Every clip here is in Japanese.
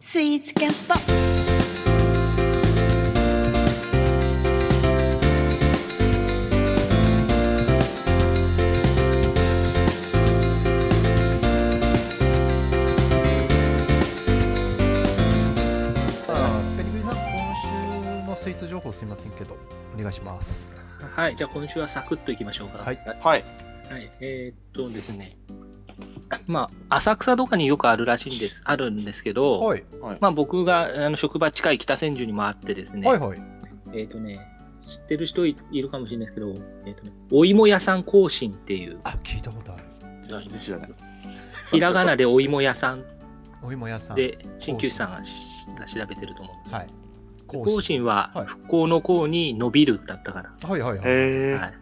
スイーツキャスト。 ペニグリさん、今週のスイーツ情報すいませんけどお願いします。 はい、じゃあ今週はサクッといきましょうか。 はい。 はい。 はい、ですね、まあ浅草とかによくあるらしいんです、あるんですけど、 はい。 まあ僕が職場近い北千住にもあってですね、 はいはい。 知ってる人いるかもしれないですけど、お芋屋さん興伸っていう、 あ、聞いたことある。 全然知らない。 ひらがなでお芋屋さんお芋屋さんで鍼灸師さんが調べてると思う。 はい。 興伸ははい復興の興に伸びるだったから。 はいはいはい。 はい、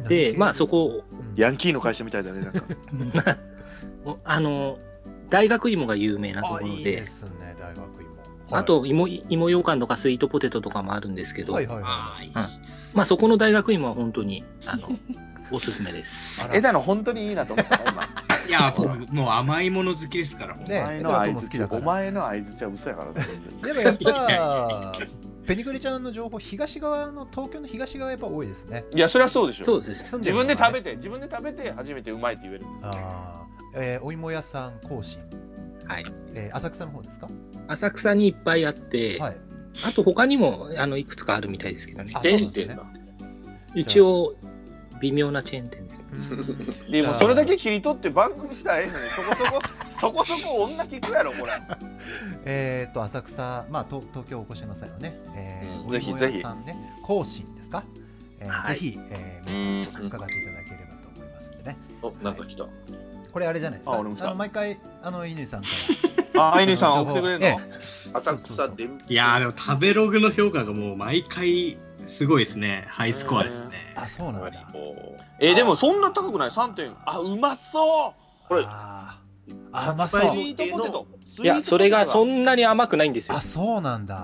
で、まあそこ、 ヤンキーの会社みたいだね、なんか。 大学芋が有名なところで、 いいですね、大学芋。 あと芋ようかんとかスイートポテトとかもあるんですけど、 はいはいはい。 まあそこの大学芋は本当におすすめです。 枝野本当にいいなと思ったの今。 いや、僕もう甘いもの好きですから。 ね、 お前の相づちは嘘やからね。 でもやっぱペニグリちゃんの情報、東京の東側やっぱ多いですね。 いや、それはそうでしょ。 そうです。 自分で食べて初めてうまいって言えるんです。 お芋屋さん興伸。 はい。 浅草の方ですか？ 浅草にいっぱいあって、 はい、 あと他にもいくつかあるみたいですけどね。 チェーン店だ。 一応微妙なチェーン店です。 でもそれだけ切り取って番組したらええのに、そこそこ女聞くやろこれ。 浅草、まあ東京お越しの際はね、 ぜひお芋屋さんね、興伸ですか？ぜひ皆さん伺っていただければと思いますんでね。 お、なんか来た。 これあれじゃないですか。毎回乾さんから。 乾さん送ってくれるの？ 浅草で。 いやでも食べログの評価がもう毎回すごいですね。ハイスコアですね。 あ、そうなんだ。 でもそんな高くない？ 3 点。あ、うまそう。これ。 うまそう。 スイートポテト。 いや、それがそんなに甘くないんですよ。 あ、そうなんだ。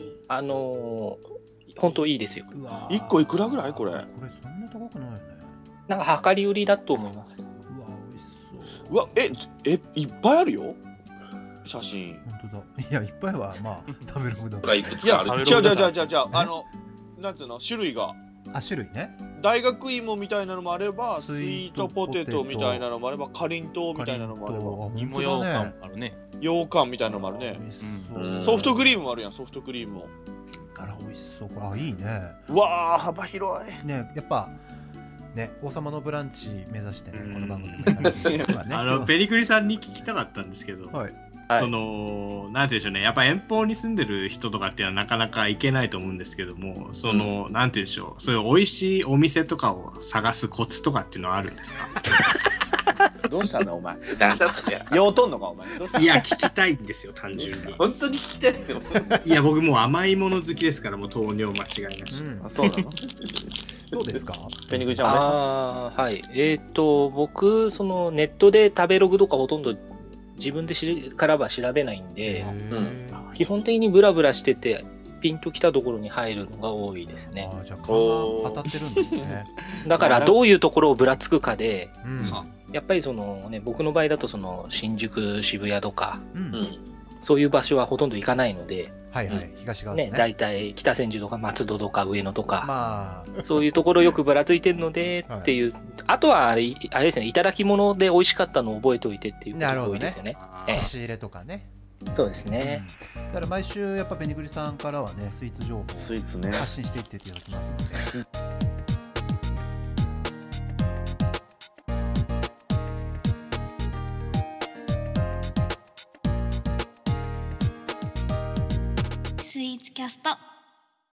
本当いいですよ。 1個いくらぐらいこれ？ これそんな高くないよね。 なんか量り売りだと思います。 うわ、美味しそう。 うわ、いっぱいあるよ。写真。 本当だ。いや、いっぱいはまあ食べログだ。 いくつかある。 じゃなんつうの種類が。 種類ね。 大学芋みたいなのもあれば、スイートポテトみたいなのもあれば、かりんとうみたいなのもあれば、 芋ようかんもあるね。 羊羹みたいなのもあるね。ソフトクリームもあるやん、ソフトクリームも。 あら、美味しそう。これいいね。 うわー、幅広い。 ね、やっぱね、王様のブランチ目指してね、この番組ね。 ペニグリさんに聞きたかったんですけど、 はい。 なんていうんでしょうね、やっぱ遠方に住んでる人とかっていうのはなかなか行けないと思うんですけども、なんていうんでしょう、そういう美味しいお店とかを探すコツとかっていうのはあるんですか？ どうしたんだお前。 なんだそりゃ。 ようとんのかお前。 いや、聞きたいんですよ、単純に。 本当に聞きたいよ。 いや、僕もう甘いもの好きですから、もう糖尿間違いなし。 そうなの？ どうですか？ ペニグリちゃんお願いします。 はい。僕ネットで食べログとかほとんど自分でからは調べないんで、基本的にブラブラしててピンときたところに入るのが多いですね。 じゃあ勘が当たってるんですね。 だからどういうところをぶらつくかで、やっぱり僕の場合だと新宿、渋谷とか、そういう場所はほとんど行かないので、 東側ですね。 大体北千住とか松戸とか上野とか、そういうところよくぶらついてるのでっていう、あとはあれですね、いただき物で美味しかったのを覚えておいてっていうことが多いですよね。 差し入れとかね。 そうですね。 だから毎週やっぱペニグリさんからはね、スイーツ情報を発信していっていただきますので。 スイーツキャスト。